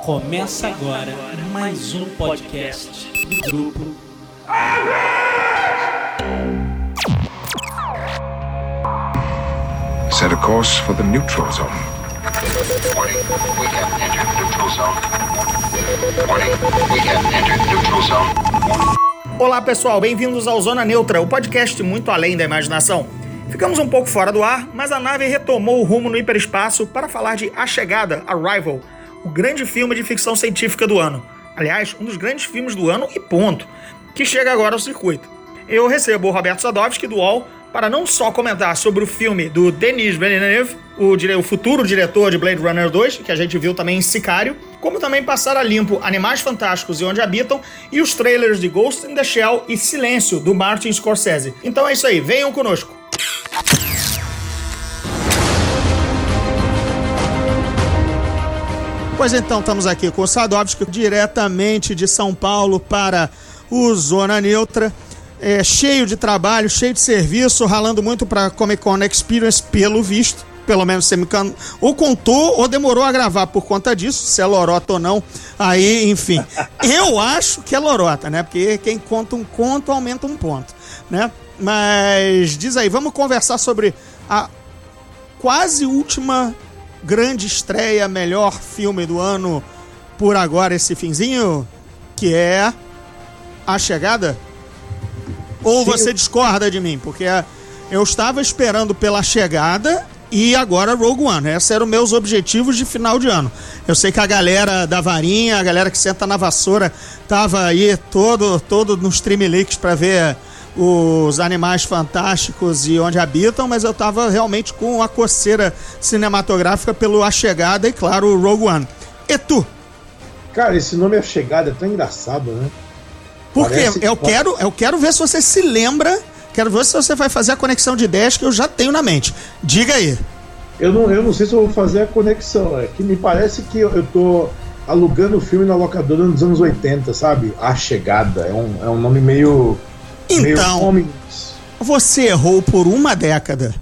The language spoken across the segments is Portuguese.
Começa agora mais um podcast do grupo Set a course for the neutral zone. Warning, we have entered neutral zone. Warning, we have entered neutral zone. Olá pessoal, bem-vindos ao Zona Neutra, o podcast muito além da imaginação. Ficamos um pouco fora do ar, mas a nave retomou o rumo no hiperespaço para falar de A Chegada, Arrival, o grande filme de ficção científica do ano. Aliás, um dos grandes filmes do ano e ponto, que chega agora ao circuito. Eu recebo o Roberto Sadovski do UOL para não só comentar sobre o filme do Denis Villeneuve, o futuro diretor de Blade Runner 2, que a gente viu também em Sicário, como também passar a limpo Animais Fantásticos e Onde Habitam e os trailers de Ghost in the Shell e Silêncio, do Martin Scorsese. Então é isso aí, venham conosco! Pois então, estamos aqui com o Sadovski, diretamente de São Paulo para o Zona Neutra. Cheio de trabalho, cheio de serviço, ralando muito para Comic Con Experience, pelo visto. Pelo menos você me ou contou ou demorou a gravar por conta disso, se é lorota ou não. Aí, enfim, eu acho que é lorota, né? Porque quem conta um conto aumenta um ponto, né? Mas diz aí, vamos conversar sobre a quase última grande estreia, melhor filme do ano por agora, esse finzinho, que é A Chegada? Ou você discorda de mim? Porque eu estava esperando pela Chegada e agora Rogue One. Esses eram meus objetivos de final de ano. Eu sei que a galera da varinha, a galera que senta na vassoura, tava aí todo nos Streamlix para ver os Animais Fantásticos e Onde Habitam, mas eu tava realmente com a coceira cinematográfica pelo A Chegada e, claro, o Rogue One. E tu? Cara, esse nome A Chegada é tão engraçado, né? Porque eu quero ver se você se lembra, quero ver se você vai fazer a conexão de ideias que eu já tenho na mente. Diga aí. Eu não sei se eu vou fazer a conexão, é que me parece que eu tô alugando o filme na locadora nos anos 80, sabe? A Chegada, é um nome meio... Então, meio você errou por uma década.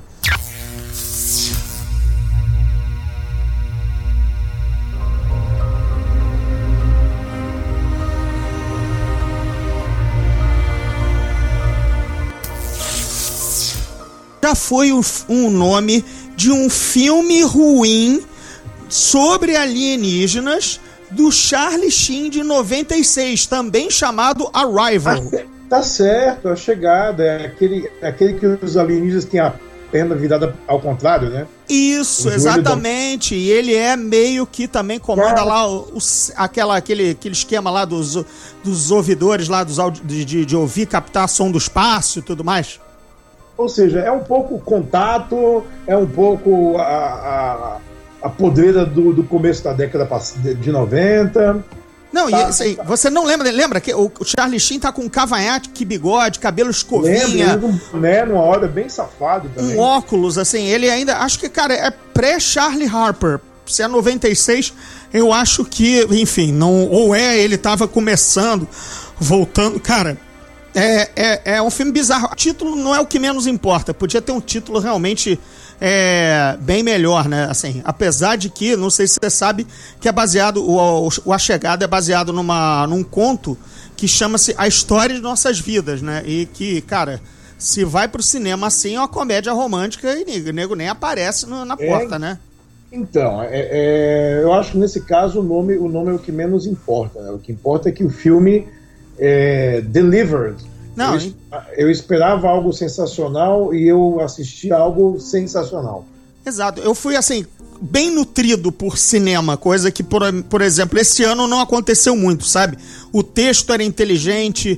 Já foi um nome de um filme ruim sobre alienígenas do Charlie Sheen de 96, também chamado Arrival. Tá certo, A Chegada é aquele que os alienígenas têm a perna virada ao contrário, né? Isso, exatamente. E ele é meio que também comanda lá aquele esquema lá dos ouvidores lá, de ouvir, captar som do espaço e tudo mais. Ou seja, é um pouco Contato, é um pouco a podreira do começo da década de 90. Não, e isso aí, você não lembra que o Charlie Sheen tá com um cavanhaque, bigode, cabelo escovinha. Né, numa hora bem safado também. Um óculos, assim, ele ainda, acho que, cara, é pré-Charlie Harper. Se é 96, eu acho que, enfim, não, ou ele tava começando, voltando, cara... É um filme bizarro. O título não é o que menos importa. Podia ter um título realmente bem melhor, né? Assim, apesar de que, não sei se você sabe, que é baseado, o A Chegada é baseado num conto que chama-se A História de Nossas Vidas, né? E que, cara, se vai pro cinema assim, é uma comédia romântica e o nego nem aparece na porta, né? Então, eu acho que nesse caso o nome é o que menos importa, né? O que importa é que o filme delivered. Não, eu esperava algo sensacional e eu assisti algo sensacional. Exato, eu fui assim bem nutrido por cinema, coisa que, por exemplo, esse ano não aconteceu muito, sabe? O texto era inteligente,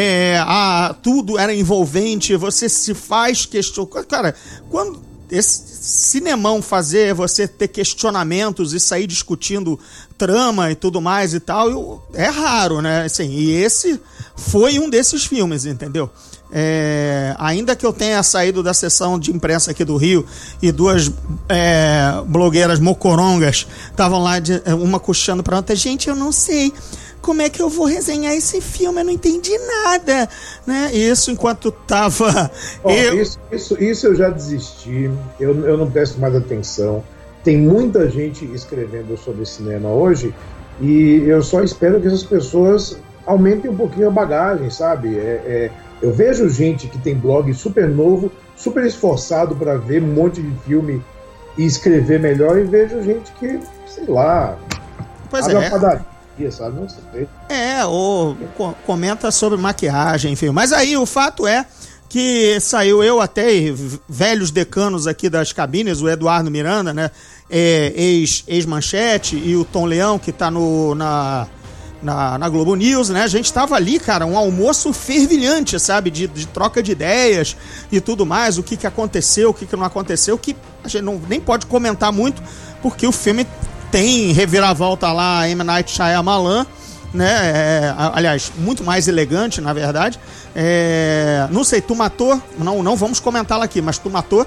tudo era envolvente, você se faz questão. Cara, quando esse cinemão fazer você ter questionamentos e sair discutindo trama e tudo mais e tal, é raro, né? Assim, e esse foi um desses filmes, entendeu? Ainda que eu tenha saído da sessão de imprensa aqui do Rio e duas blogueiras mocorongas estavam lá, uma coxando pra outra, gente, eu não sei como é que eu vou resenhar esse filme, eu não entendi nada, né? Isso enquanto tava... Isso eu já desisti, eu não presto mais atenção. Tem muita gente escrevendo sobre cinema hoje E eu só espero que essas pessoas aumentem um pouquinho a bagagem, sabe? Eu vejo gente que tem blog super novo, super esforçado para ver um monte de filme e escrever melhor, e vejo gente que, sei lá, abre uma padaria, sabe? Não sei. Ou comenta sobre maquiagem, enfim. Mas aí o fato é que saiu eu até velhos decanos aqui das cabines, o Eduardo Miranda, né? Ex-Manchete, e o Tom Leão, que tá na Globo News, né? A gente tava ali, cara, um almoço fervilhante, sabe? De troca de ideias e tudo mais, o que aconteceu, o que não aconteceu, que a gente nem pode comentar muito, porque o filme tem reviravolta lá, M. Night Shyamalan, né? Aliás, muito mais elegante, na verdade. Não sei, tu matou? Não vamos comentá-la aqui, mas tu matou?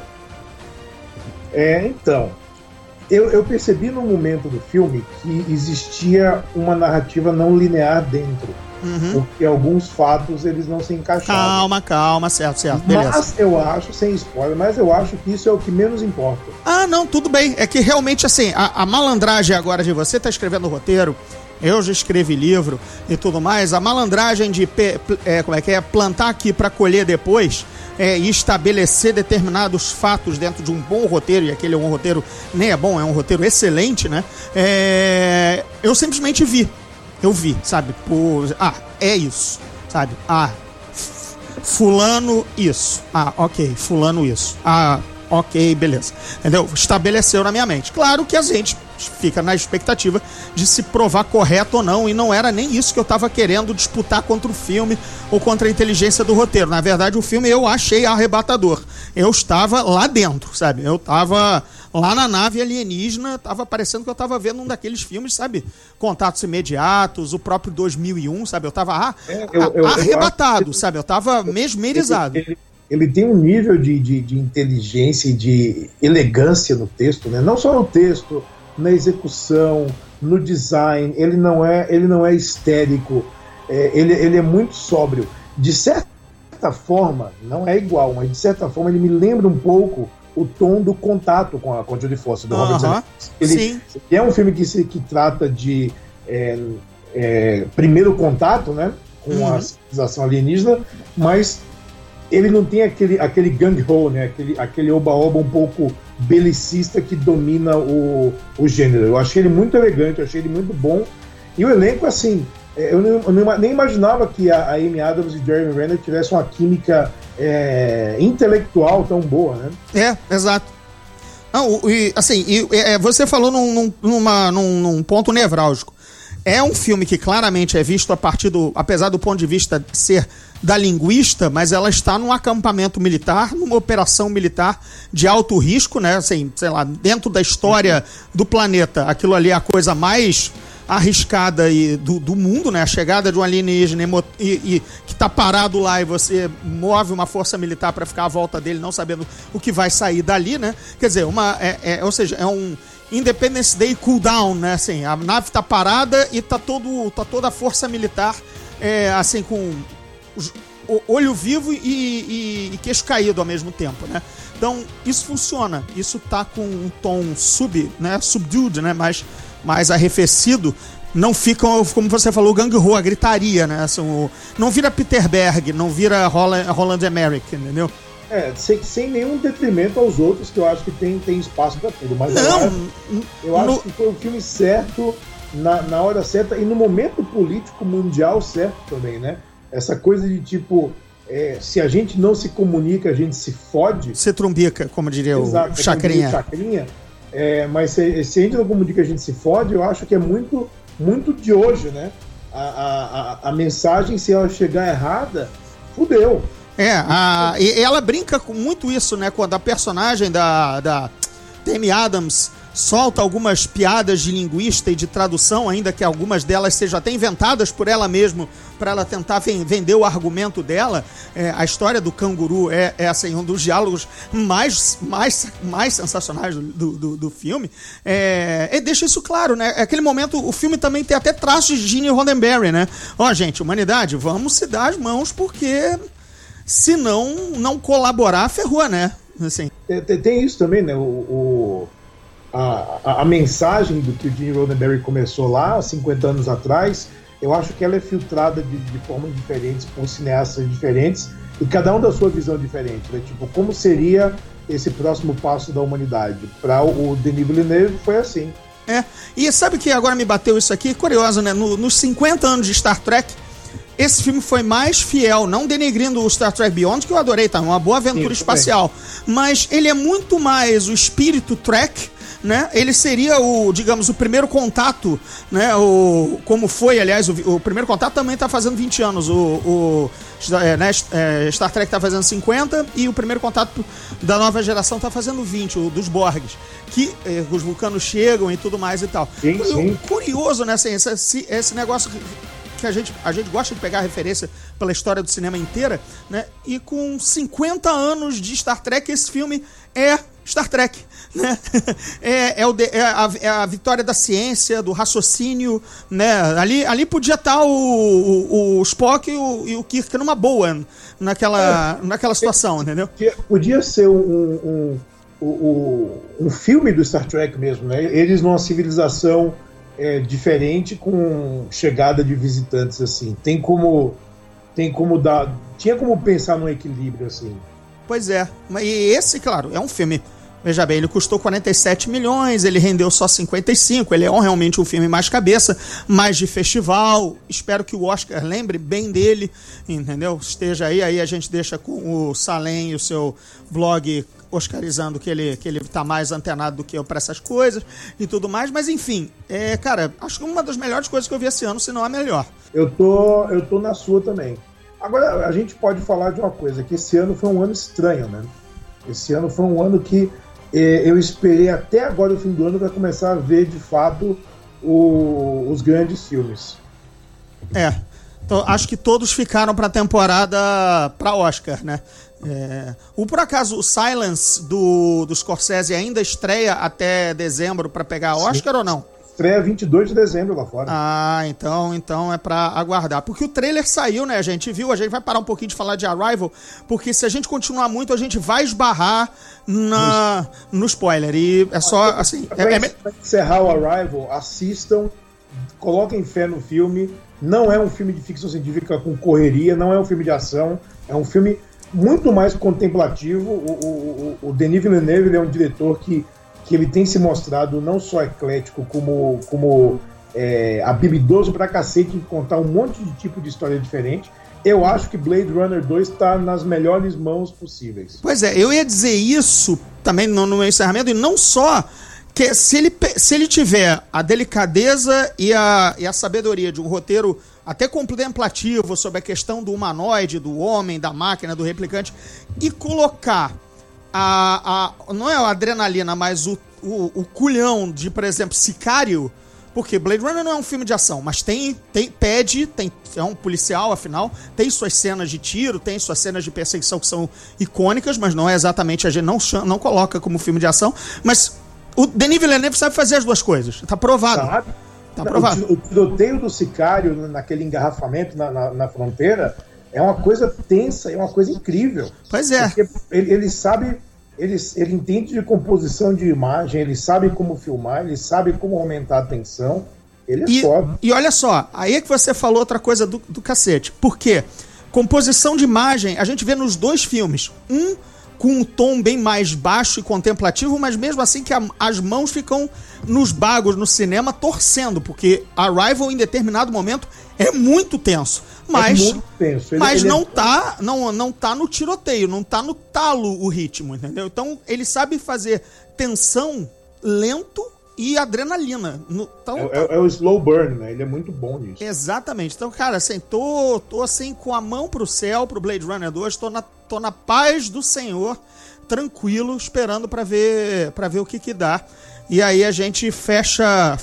Então, eu percebi no momento do filme que existia uma narrativa não linear dentro. Porque alguns fatos eles não se encaixavam. Calma, certo, beleza. Mas eu acho, sem spoiler, que isso é o que menos importa. Não, tudo bem. É que realmente, assim, a malandragem agora de você tá escrevendo roteiro, eu já escrevi livro e tudo mais, a malandragem de plantar aqui para colher depois, e estabelecer determinados fatos dentro de um bom roteiro, e aquele é um roteiro, nem é bom, é um roteiro excelente, né? Eu simplesmente vi, sabe? É isso, sabe? Fulano isso. Ok, fulano isso. Ok, beleza. Entendeu? Estabeleceu na minha mente. Claro que a gente fica na expectativa de se provar correto ou não, e não era nem isso que eu tava querendo disputar contra o filme ou contra a inteligência do roteiro. Na verdade, o filme eu achei arrebatador. Eu estava lá dentro, sabe? Eu tava lá na nave alienígena, tava parecendo que eu tava vendo um daqueles filmes, sabe? Contatos Imediatos, o próprio 2001, sabe? Eu tava arrebatado, sabe? Eu tava mesmerizado. Ele tem um nível de inteligência e de elegância no texto, né? Não só no texto, na execução, no design. Ele não é histérico, ele é muito sóbrio. De certa forma, não é igual, mas de certa forma ele me lembra um pouco o tom do Contato com a Jodie Foster, do Robert Zemeckis. Ele é um filme que trata de primeiro contato, né, com a civilização alienígena, mas ele não tem aquele gung-ho, né? Aquele oba-oba um pouco belicista que domina o gênero. Eu achei ele muito elegante, eu achei ele muito bom. E o elenco, assim, eu nem imaginava que a Amy Adams e Jeremy Renner tivessem uma química intelectual tão boa, né? Exato. Você falou num ponto nevrálgico. É um filme que claramente é visto apesar do ponto de vista ser da linguista, mas ela está num acampamento militar, numa operação militar de alto risco, né? Assim, sei lá, dentro da história do planeta, aquilo ali é a coisa mais arriscada do mundo, né? A chegada de um alienígena e que está parado lá, e você move uma força militar para ficar à volta dele, não sabendo o que vai sair dali, né? Quer dizer, ou seja, é um Independence Day cooldown, né? Assim, a nave tá parada e tá toda a força militar assim, com olho vivo e queixo caído ao mesmo tempo, né? Então, isso funciona. Isso tá com um tom subdued, né? Mais arrefecido. Não fica, como você falou, o gang-ho, a gritaria, né? Assim, não vira Peter Berg, não vira Roland Emmerich, entendeu? Sem nenhum detrimento aos outros, que eu acho que tem espaço pra tudo. Mas eu acho que foi o filme certo, na hora certa e no momento político mundial certo também, né? Essa coisa de tipo, se a gente não se comunica, a gente se fode. Se trumbica, como diria o Chacrinha. Mas se a gente não comunica, a gente se fode, eu acho que é muito, muito de hoje, né? A mensagem, se ela chegar errada, fudeu. E ela brinca com muito isso, né? Quando a personagem da Amy Adams solta algumas piadas de linguista e de tradução, ainda que algumas delas sejam até inventadas por ela mesma, para ela tentar vender o argumento dela. A história do canguru é assim, um dos diálogos mais sensacionais do filme. Deixa isso claro, né? Aquele momento, o filme também tem até traços de Gene Roddenberry, né? Gente, humanidade, vamos se dar as mãos, porque se não colaborar, ferrou, né? Assim. Tem isso também, né? a mensagem do que o Gene Roddenberry começou lá, 50 anos atrás, eu acho que ela é filtrada de formas diferentes, por cineastas diferentes, e cada um da sua visão diferente, né? Tipo, como seria esse próximo passo da humanidade? Para o Denis Villeneuve foi assim. E sabe que agora me bateu isso aqui? Curioso, né? Nos 50 anos de Star Trek, esse filme foi mais fiel, não denegrindo o Star Trek Beyond, que eu adorei, tá? Uma boa aventura espacial. Mas ele é muito mais o espírito Trek, né? Ele seria digamos, o primeiro contato, né? Como foi, aliás, o primeiro contato também tá fazendo 20 anos. Star Trek tá fazendo 50 e o primeiro contato da nova geração tá fazendo 20, o dos Borgs. Que os vulcanos chegam e tudo mais e tal. Sim. Curioso, né? Assim, esse negócio que a gente gosta de pegar referência pela história do cinema inteira, né? E com 50 anos de Star Trek, esse filme é Star Trek, né? É a vitória da ciência, do raciocínio, né? Ali podia estar o Spock e o Kirk numa boa naquela situação, entendeu? Podia ser um filme do Star Trek mesmo, né? Eles numa civilização diferente, com chegada de visitantes, assim. Tinha como pensar num equilíbrio, assim. Pois é. E esse, claro, é um filme. Veja bem, ele custou 47 milhões, ele rendeu só 55, ele é realmente um filme mais cabeça, mais de festival. Espero que o Oscar lembre bem dele, entendeu? Esteja aí a gente deixa com o Salem e o seu blog oscarizando que ele tá mais antenado do que eu para essas coisas e tudo mais, mas enfim, cara, acho que uma das melhores coisas que eu vi esse ano, se não a melhor. Eu tô na sua também. Agora, a gente pode falar de uma coisa, que esse ano foi um ano estranho, né? Esse ano foi um ano que eu esperei até agora o fim do ano para começar a ver, de fato, os grandes filmes. Então, acho que todos ficaram para a temporada para Oscar, né? Por acaso, o Silence do Scorsese ainda estreia até dezembro para pegar Oscar ou não? Estreia 22 de dezembro lá fora. Então é pra aguardar. Porque o trailer saiu, né? A gente viu, a gente vai parar um pouquinho de falar de Arrival, porque se a gente continuar muito, a gente vai esbarrar no spoiler. E é só, assim... Pra encerrar o Arrival, assistam, coloquem fé no filme. Não é um filme de ficção científica com correria, não é um filme de ação, é um filme muito mais contemplativo. O Denis Villeneuve, ele é um diretor que ele tem se mostrado não só eclético, como habilidoso pra cacete em contar um monte de tipo de história diferente. Eu acho que Blade Runner 2 está nas melhores mãos possíveis. Pois é, eu ia dizer isso também no meu encerramento, e não só que se ele tiver a delicadeza e a sabedoria de um roteiro até contemplativo sobre a questão do humanoide, do homem, da máquina, do replicante, e colocar não é a adrenalina, mas o culhão de, por exemplo, Sicário, porque Blade Runner não é um filme de ação, mas é um policial, afinal, tem suas cenas de tiro, tem suas cenas de perseguição que são icônicas, mas não é exatamente, a gente não coloca como filme de ação, mas o Denis Villeneuve sabe fazer as duas coisas, tá provado. Sabe? Tá provado. O tiroteio do Sicário naquele engarrafamento na fronteira é uma coisa tensa, é uma coisa incrível. Pois é. Porque ele sabe, ele entende de composição de imagem, ele sabe como filmar, ele sabe como aumentar a tensão. Ele é foda. E olha só, aí é que você falou outra coisa do cacete. Por quê? Composição de imagem, a gente vê nos dois filmes. Com um tom bem mais baixo e contemplativo, mas mesmo assim que as mãos ficam nos bagos no cinema torcendo, porque Arrival em determinado momento é muito tenso. Mas, muito tenso. Mas não tá no tiroteio, não tá no talo o ritmo, entendeu? Então ele sabe fazer tensão lento e adrenalina. É o slow burn, né? Ele é muito bom nisso. Exatamente. Então, cara, assim, tô assim com a mão pro céu, pro Blade Runner 2, tô na paz do Senhor, tranquilo, esperando pra ver o que dá. E aí a gente fecha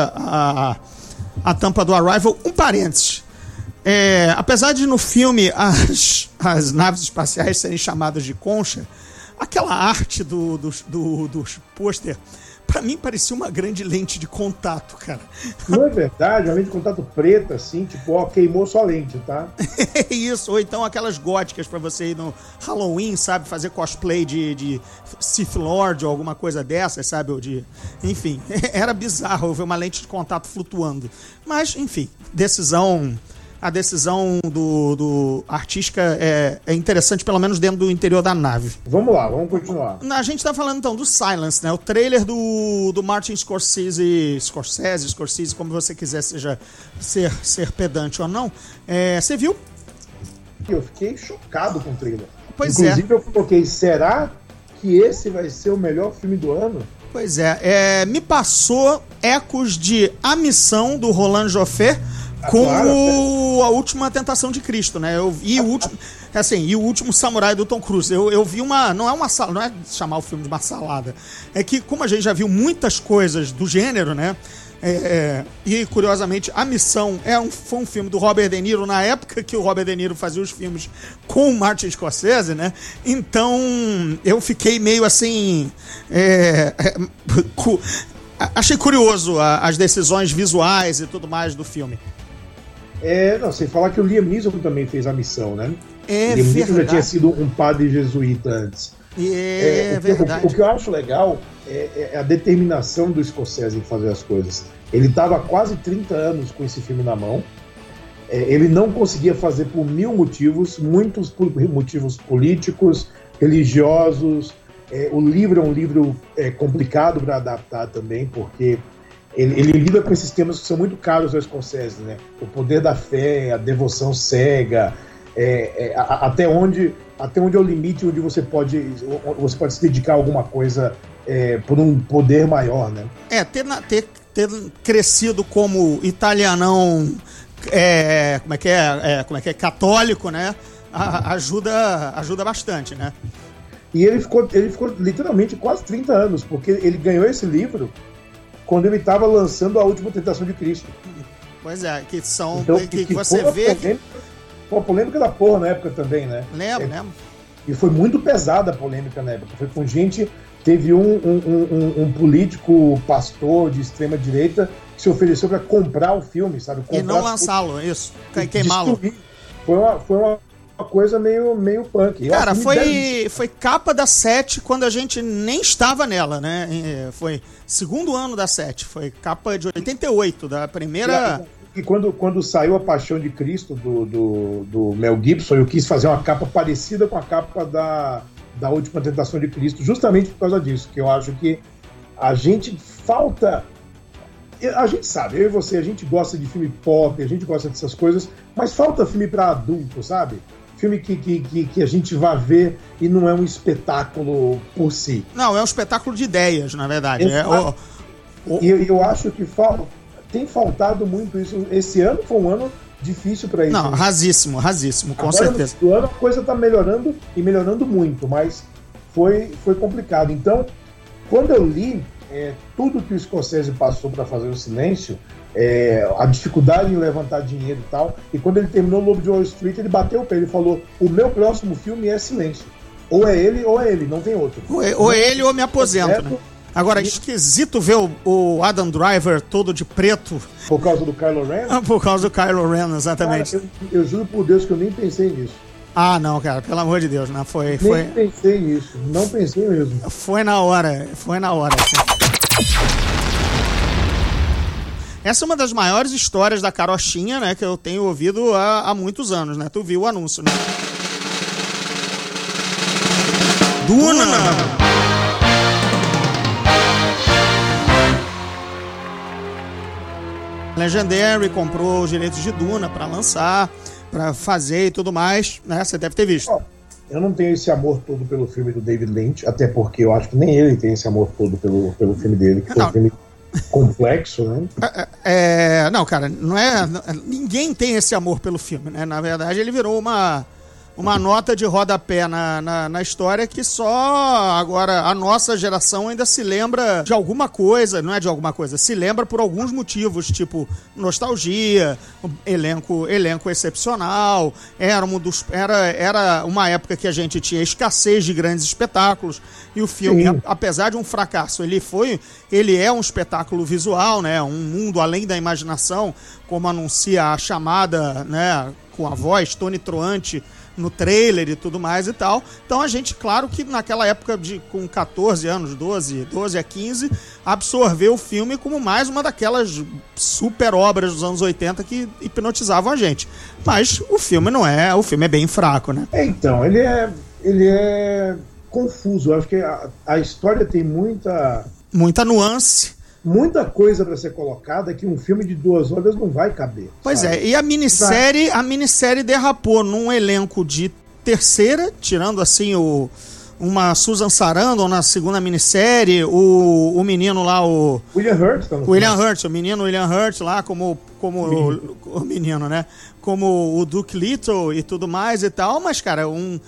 a tampa do Arrival. Um parênteses. Apesar de no filme as naves espaciais serem chamadas de concha, aquela arte dos pôster pra mim parecia uma grande lente de contato, cara. Não é verdade? Uma lente de contato preta, assim, tipo, ó, queimou sua lente, tá? É isso, ou então aquelas góticas pra você ir no Halloween, sabe? Fazer cosplay de Sith Lord ou alguma coisa dessas, sabe? Ou de... Enfim, era bizarro eu ver uma lente de contato flutuando. Mas, enfim, a decisão do artística é interessante, pelo menos dentro do interior da nave. Vamos lá, vamos continuar. A gente tá falando então do Silence, né? O trailer do Martin Scorsese, como você quiser ser pedante ou não. Você viu? Eu fiquei chocado com o trailer. Pois Inclusive, eu coloquei, será que esse vai ser o melhor filme do ano? Pois me passou ecos de A Missão, do Roland Joffé, com A Última Tentação de Cristo, né? Eu vi o Último Samurai do Tom Cruise. Eu vi não é chamar o filme de uma salada. É que, como a gente já viu muitas coisas do gênero, né? E, curiosamente, A Missão foi um filme do Robert De Niro na época que o Robert De Niro fazia os filmes com o Martin Scorsese, né? Então, eu fiquei meio assim... achei curioso as decisões visuais e tudo mais do filme. Não, sem falar que o Liam Neeson também fez A Missão, né? Liam Neeson já tinha sido um padre jesuíta antes. Verdade. O que eu acho legal é a determinação do Scorsese em fazer as coisas. Ele estava há quase 30 anos com esse filme na mão. Ele não conseguia fazer por mil motivos, muitos motivos políticos, religiosos. O livro é um livro complicado para adaptar também, porque ele lida com esses temas que são muito caros ao Scorsese, né? O poder da fé, a devoção cega, até onde é o limite onde você pode se dedicar a alguma coisa por um poder maior, né? Ter crescido como italianão, católico, né? Ajuda bastante, né? E ele ficou literalmente quase 30 anos, porque ele ganhou esse livro quando ele estava lançando A Última Tentação de Cristo. Pois é, que são... Então, que você vê... Foi uma polêmica da porra na época também, né? Lembro. E foi muito pesada a polêmica na época. Foi com gente... Teve um político pastor de extrema direita que se ofereceu para comprar o filme, sabe? E não lançá-lo, isso. Queimá-lo. Foi uma coisa meio punk. Cara, foi capa da 7 quando a gente nem estava nela, né? Foi segundo ano da 7. Foi capa de 88, da primeira... E quando saiu A Paixão de Cristo do Mel Gibson, eu quis fazer uma capa parecida com a capa da Última Tentação de Cristo, justamente por causa disso, que eu acho que a gente falta... A gente sabe, eu e você, a gente gosta de filme pop, a gente gosta dessas coisas, mas falta filme para adulto, sabe? Filme que a gente vai ver e não é um espetáculo por si. Não, é um espetáculo de ideias, na verdade. E eu acho que tem faltado muito isso. Esse ano foi um ano difícil para isso. Não, rasíssimo, com certeza. No ano a coisa tá melhorando e melhorando muito, mas foi complicado. Então, quando eu li tudo que o Scorsese passou para fazer o Silêncio, a dificuldade em levantar dinheiro e tal, e quando ele terminou o Lobo de Wall Street, ele bateu o pé, ele falou: o meu próximo filme é Silêncio. Ou é ele, não tem outro. Ou ele ou me aposento, né? Agora, esquisito ver o Adam Driver todo de preto. Por causa do Kylo Ren? Por causa do Kylo Ren, exatamente. Cara, eu juro por Deus que eu nem pensei nisso. Ah, não, cara, pelo amor de Deus, né? Nem pensei nisso, não pensei mesmo. Foi na hora, assim. Essa é uma das maiores histórias da carochinha, né, que eu tenho ouvido há muitos anos, né? Tu viu o anúncio, né? Duna! Legendary comprou os direitos de Duna pra lançar, pra fazer e tudo mais, né? Você deve ter visto. Eu não tenho esse amor todo pelo filme do David Lynch, até porque eu acho que nem ele tem esse amor todo pelo filme dele, que foi um filme complexo, né? Não, cara, não é... Ninguém tem esse amor pelo filme, né? Na verdade, ele virou uma uma nota de rodapé na história que só agora a nossa geração ainda se lembra de alguma coisa, não é de alguma coisa, se lembra por alguns motivos, tipo nostalgia, elenco excepcional, era uma época que a gente tinha escassez de grandes espetáculos, e o filme, apesar de um fracasso, ele é um espetáculo visual, né, um mundo além da imaginação, como anuncia a chamada, né, com a voz tonitruante no trailer e tudo mais e tal. Então a gente, claro que naquela época com 14 anos, 12 a 15, absorveu o filme como mais uma daquelas super obras dos anos 80 que hipnotizavam a gente. Mas o filme é bem fraco, né? Então, ele é confuso. Eu acho que a história tem muita nuance. Muita coisa para ser colocada que um filme de 2 horas não vai caber. Pois é, e a minissérie derrapou num elenco de terceira, tirando assim uma Susan Sarandon na segunda minissérie, o menino lá, o William Hurt, o menino William Hurt lá como o menino, né? Como o Duke Little e tudo mais e tal, mas, cara,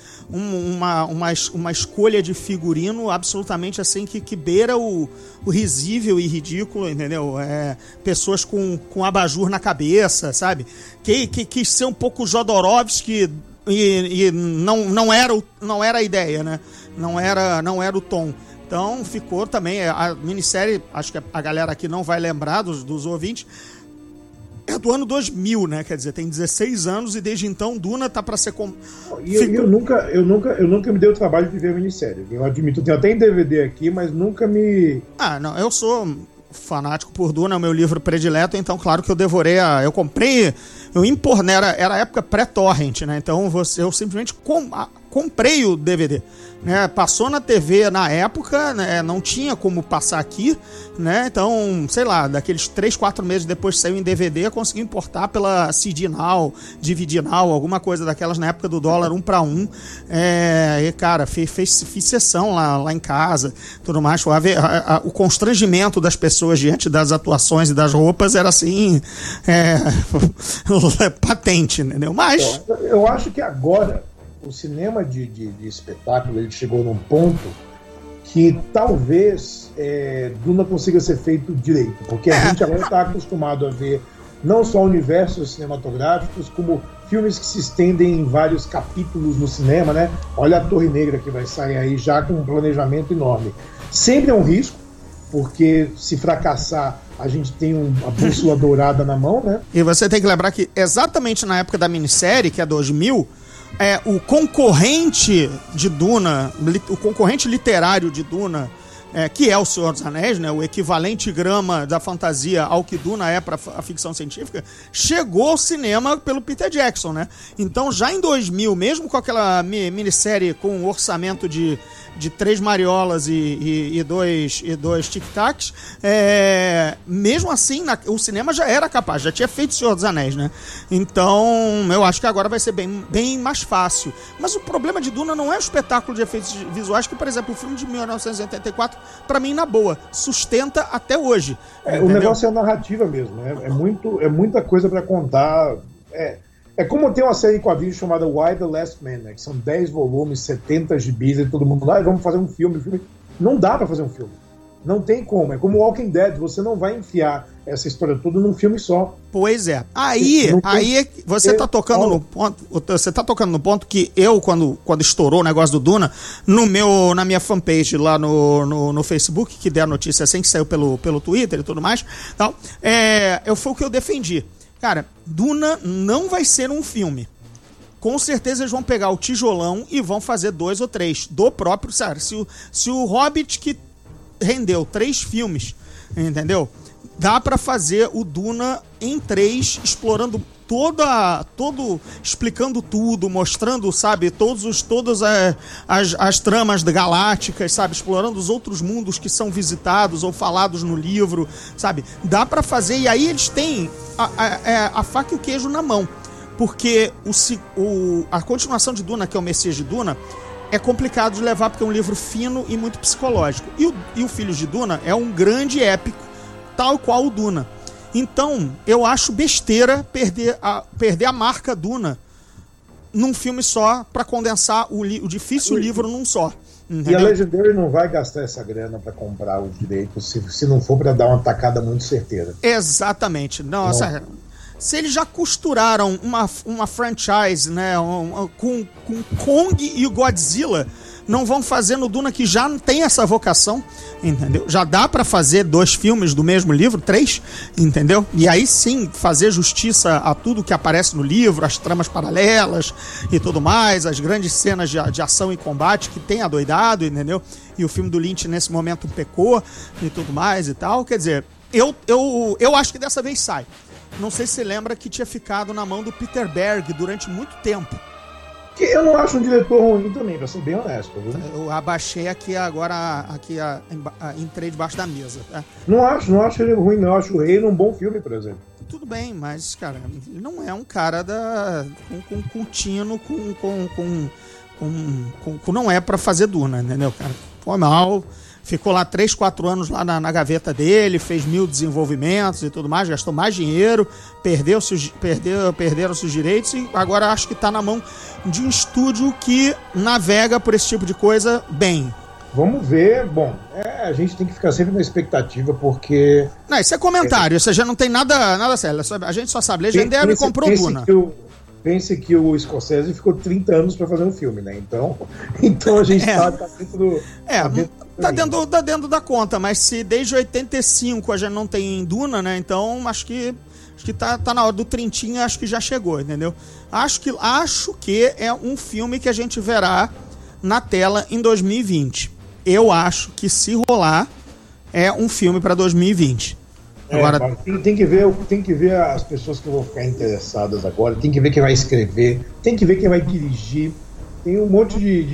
uma escolha de figurino absolutamente assim que beira o risível e ridículo, entendeu? Pessoas com abajur na cabeça, sabe? Que quis ser um pouco Jodorowsky e não era a ideia, né? Não era o tom. Então ficou também a minissérie, acho que a galera aqui não vai lembrar dos ouvintes, é do ano 2000, né? Quer dizer, tem 16 anos e desde então Duna tá para ser... Eu nunca me dei o trabalho de ver a minissérie. Eu admito, eu tenho até em DVD aqui, mas nunca me... Não, eu sou fanático por Duna, é o meu livro predileto, então claro que eu devorei eu comprei, né, era a época pré-torrent, né? Então eu simplesmente comprei o DVD, né? Passou na TV na época, né? Não tinha como passar aqui, né? Então, sei lá, daqueles 3, 4 meses depois que saiu em DVD, eu consegui importar pela CD Now, DVD Now, alguma coisa daquelas na época do dólar 1 para 1. E, cara, fiz sessão lá em casa, tudo mais. O constrangimento das pessoas diante das atuações e das roupas era assim, patente, entendeu? Mas eu acho que agora o cinema de espetáculo ele chegou num ponto que talvez Duna consiga ser feito direito, porque a gente agora está acostumado a ver não só universos cinematográficos, como filmes que se estendem em vários capítulos no cinema, né? Olha a Torre Negra que vai sair aí já com um planejamento enorme. Sempre é um risco, porque se fracassar a gente tem a bússola dourada na mão, né? E você tem que lembrar que exatamente na época da minissérie, que é 2000, o concorrente de Duna, o concorrente literário de Duna, que é o Senhor dos Anéis, né, o equivalente grama da fantasia ao que Duna é para a ficção científica, chegou ao cinema pelo Peter Jackson, né? Então já em 2000, mesmo com aquela minissérie com um orçamento de 3 mariolas e dois tic-tacs, mesmo assim o cinema já era capaz, já tinha feito o Senhor dos Anéis, né? Então eu acho que agora vai ser bem mais fácil. Mas o problema de Duna não é o espetáculo de efeitos visuais, que, por exemplo, o filme de 1984, pra mim, na boa, sustenta até hoje. O negócio é a narrativa mesmo, é muita coisa pra contar. É como tem uma série em quadrinhos chamada Why the Last Man, né, que são 10 volumes, 70 gibis, e todo mundo lá, vamos fazer um filme. Não dá pra fazer um filme. Não tem como. É como Walking Dead, você não vai enfiar essa história toda num filme só. Pois é. Aí você tá tocando no ponto. Você tá tocando no ponto que eu, quando estourou o negócio do Duna, na minha fanpage lá no Facebook, que der a notícia assim que saiu pelo Twitter e tudo mais, tal, foi o que eu defendi. Cara, Duna não vai ser um filme. Com certeza eles vão pegar o tijolão e vão fazer 2 ou 3 do próprio. Sério, se o Hobbit, que rendeu 3 filmes, entendeu? Dá pra fazer o Duna em 3, explorando explicando tudo, mostrando, sabe, todas as tramas galácticas, sabe, explorando os outros mundos que são visitados ou falados no livro, sabe, dá pra fazer, e aí eles têm a faca e o queijo na mão, porque a continuação de Duna, que é o Messias de Duna, é complicado de levar porque é um livro fino e muito psicológico, e o Filhos de Duna é um grande épico, tal qual o Duna. Então, eu acho besteira perder a marca Duna num filme só para condensar o difícil livro num só. Entendeu? E a Legendary não vai gastar essa grana para comprar os direitos se não for para dar uma tacada muito certeira. Exatamente. Nossa, se eles já costuraram uma franchise, né, com Kong e Godzilla, não vão fazer no Duna, que já tem essa vocação, entendeu? Já dá pra fazer 2 filmes do mesmo livro, 3, entendeu? E aí sim fazer justiça a tudo que aparece no livro, as tramas paralelas e tudo mais, as grandes cenas de ação e combate que tem adoidado, entendeu? E o filme do Lynch nesse momento pecou e tudo mais e tal. Quer dizer, eu acho que dessa vez sai. Não sei se você lembra que tinha ficado na mão do Peter Berg durante muito tempo. Que eu não acho um diretor ruim também, pra ser bem honesto, viu? Eu abaixei aqui agora, entrei debaixo da mesa. Tá? Não acho ele ruim, não. Eu acho o Rei um bom filme, por exemplo. Tudo bem, mas, cara, ele não é um cara com tino, não é pra fazer Duna, entendeu, cara? Foi mal. Ficou lá 3, 4 anos lá na gaveta dele, fez 1000 desenvolvimentos e tudo mais, gastou mais dinheiro, perderam-se os direitos e agora acho que está na mão de um estúdio que navega por esse tipo de coisa bem. Vamos ver. Bom, a gente tem que ficar sempre na expectativa, porque... Não, isso é comentário, isso já não tem nada sério. A gente só sabe, Legendary comprou Duna. Pense que o Scorsese ficou 30 anos para fazer um filme, né? Então a gente tá dentro do... Tá dentro da conta, mas se desde 85 a gente não tem Duna, né? Então acho que tá na hora do trintinho, acho que já chegou, entendeu? Acho que é um filme que a gente verá na tela em 2020. Eu acho que se rolar é um filme para 2020. Agora... tem que ver as pessoas que vão ficar interessadas agora, tem que ver quem vai escrever, tem que ver quem vai dirigir. Tem um monte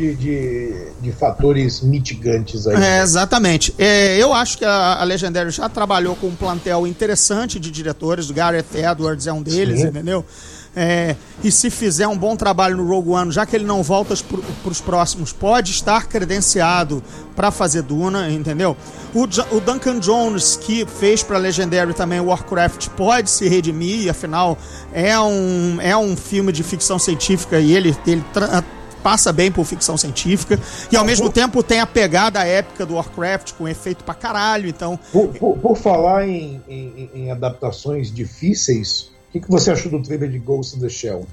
de fatores mitigantes aí. Exatamente. Eu acho que a Legendary já trabalhou com um plantel interessante de diretores. O Gareth Edwards é um deles, sim, entendeu? E se fizer um bom trabalho no Rogue One, já que ele não volta para os próximos, pode estar credenciado para fazer Duna, entendeu? O Duncan Jones, que fez para Legendary também o Warcraft, pode se redimir, afinal é um filme de ficção científica e ele passa bem por ficção científica e ao mesmo tempo tem a pegada épica do Warcraft com efeito pra caralho, então... Por falar em adaptações difíceis, o que você achou do trailer de Ghost in the Shell?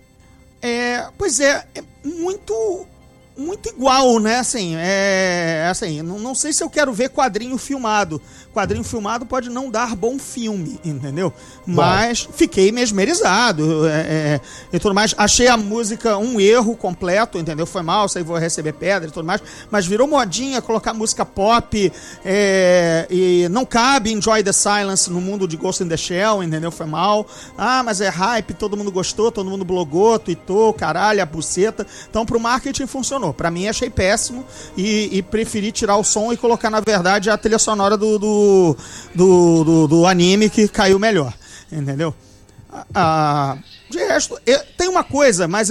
Pois é muito igual, né? Assim, não sei se eu quero ver quadrinho filmado. Quadrinho filmado pode não dar bom filme, entendeu? Mas fiquei mesmerizado e tudo mais. Achei a música um erro completo, entendeu? Foi mal, sei vou receber pedra e tudo mais. Mas virou modinha colocar música pop e não cabe Enjoy the Silence no mundo de Ghost in the Shell, entendeu? Foi mal. Mas é hype, todo mundo gostou, todo mundo blogou, tweetou, caralho, a buceta. Então pro marketing funcionou. Pra mim achei péssimo e preferi tirar o som e colocar, na verdade, a trilha sonora do anime, que caiu melhor, entendeu? De resto, tem uma coisa, mas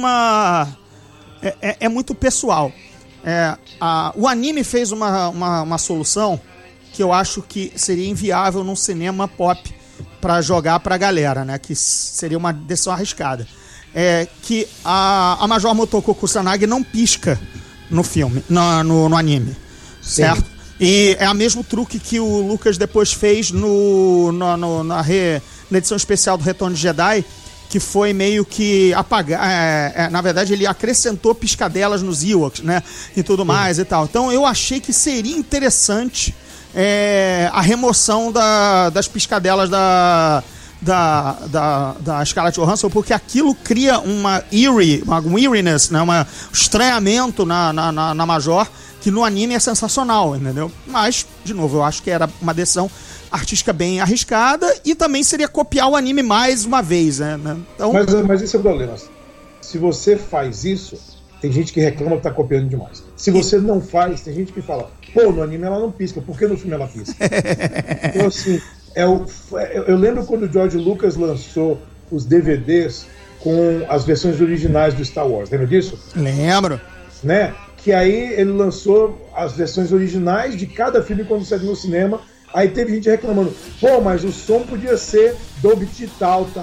é muito pessoal. O anime fez uma solução que eu acho que seria inviável num cinema pop pra jogar pra galera, né? Que seria uma decisão arriscada. Que a Major Motoko Kusanagi não pisca no filme, no anime. Sim. Certo? E é o mesmo truque que o Lucas depois fez na edição especial do Retorno de Jedi, que foi meio que apagar. Na verdade, ele acrescentou piscadelas nos Ewoks, né? E tudo mais e tal. Então, eu achei que seria interessante a remoção das piscadelas da Scarlett Johansson, porque aquilo cria uma eeriness, né? Um estranhamento na Major, que no anime é sensacional, entendeu? Mas, de novo, eu acho que era uma decisão artística bem arriscada e também seria copiar o anime mais uma vez, né? Então... Mas esse é o problema. Se você faz isso, tem gente que reclama que tá copiando demais. Se você não faz, tem gente que fala, no anime ela não pisca, por que no filme ela pisca? Então, assim, eu lembro quando o George Lucas lançou os DVDs com as versões originais do Star Wars, lembra disso? Lembro. Né? Que aí ele lançou as versões originais de cada filme quando saiu no cinema. Aí teve gente reclamando, mas o som podia ser Dolby Digital e tal.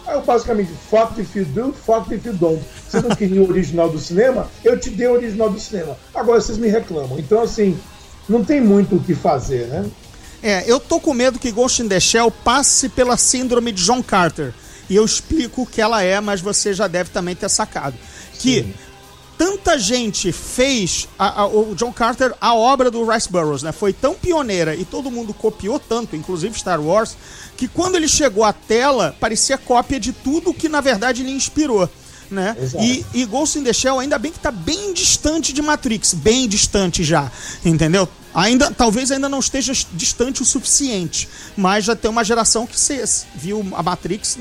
Aí eu basicamente, fuck if you do, fuck if you don't. Você não queria o original do cinema? Eu te dei o original do cinema. Agora vocês me reclamam. Então, assim, não tem muito o que fazer, né? Eu tô com medo que Ghost in the Shell passe pela síndrome de John Carter. E eu explico o que ela é, mas você já deve também ter sacado. Que tanta gente fez o John Carter, a obra do Rice Burroughs, né? Foi tão pioneira e todo mundo copiou tanto, inclusive Star Wars, que quando ele chegou à tela, parecia cópia de tudo que na verdade ele inspirou, né? E Ghost in the Shell ainda bem que tá bem distante de Matrix, bem distante já, entendeu? Talvez ainda não esteja distante o suficiente, mas já tem uma geração que viu a Matrix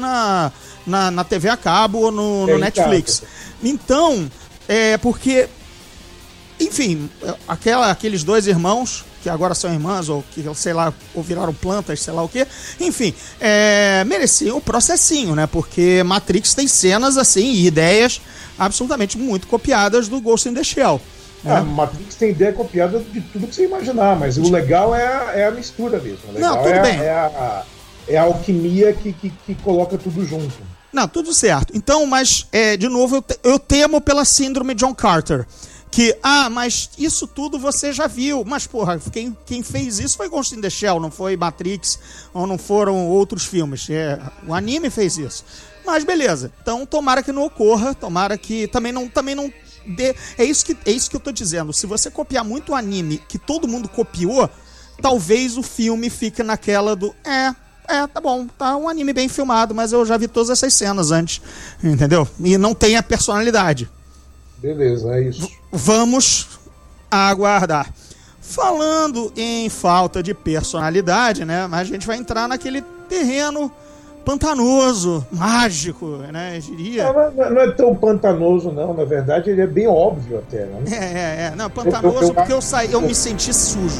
na TV a cabo ou no Netflix. Então, porque, enfim, aqueles dois irmãos, que agora são irmãs, ou que, sei lá, ou viraram plantas, sei lá o quê, enfim, mereciam o processinho, né? Porque Matrix tem cenas, assim, e ideias absolutamente muito copiadas do Ghost in the Shell. Matrix tem ideia copiada de tudo que você imaginar, mas o legal é a mistura mesmo. O legal não, tudo bem. É a alquimia que coloca tudo junto. Não, tudo certo. Então, mas, de novo, eu temo pela síndrome John Carter. Que, mas isso tudo você já viu. Mas, porra, quem fez isso foi Ghost in the Shell, não foi Matrix, ou não foram outros filmes. O anime fez isso. Mas, beleza. Então, tomara que não ocorra, tomara que também não dê... É isso que eu tô dizendo. Se você copiar muito o anime que todo mundo copiou, talvez o filme fique naquela do... tá bom, tá um anime bem filmado, mas eu já vi todas essas cenas antes, entendeu? E não tem a personalidade. Beleza, é isso. Vamos aguardar. Falando em falta de personalidade, né? Mas a gente vai entrar naquele terreno pantanoso, mágico, né? Eu diria. Não é tão pantanoso, não. Na verdade, ele é bem óbvio até, né? Não, pantanoso porque eu me senti sujo.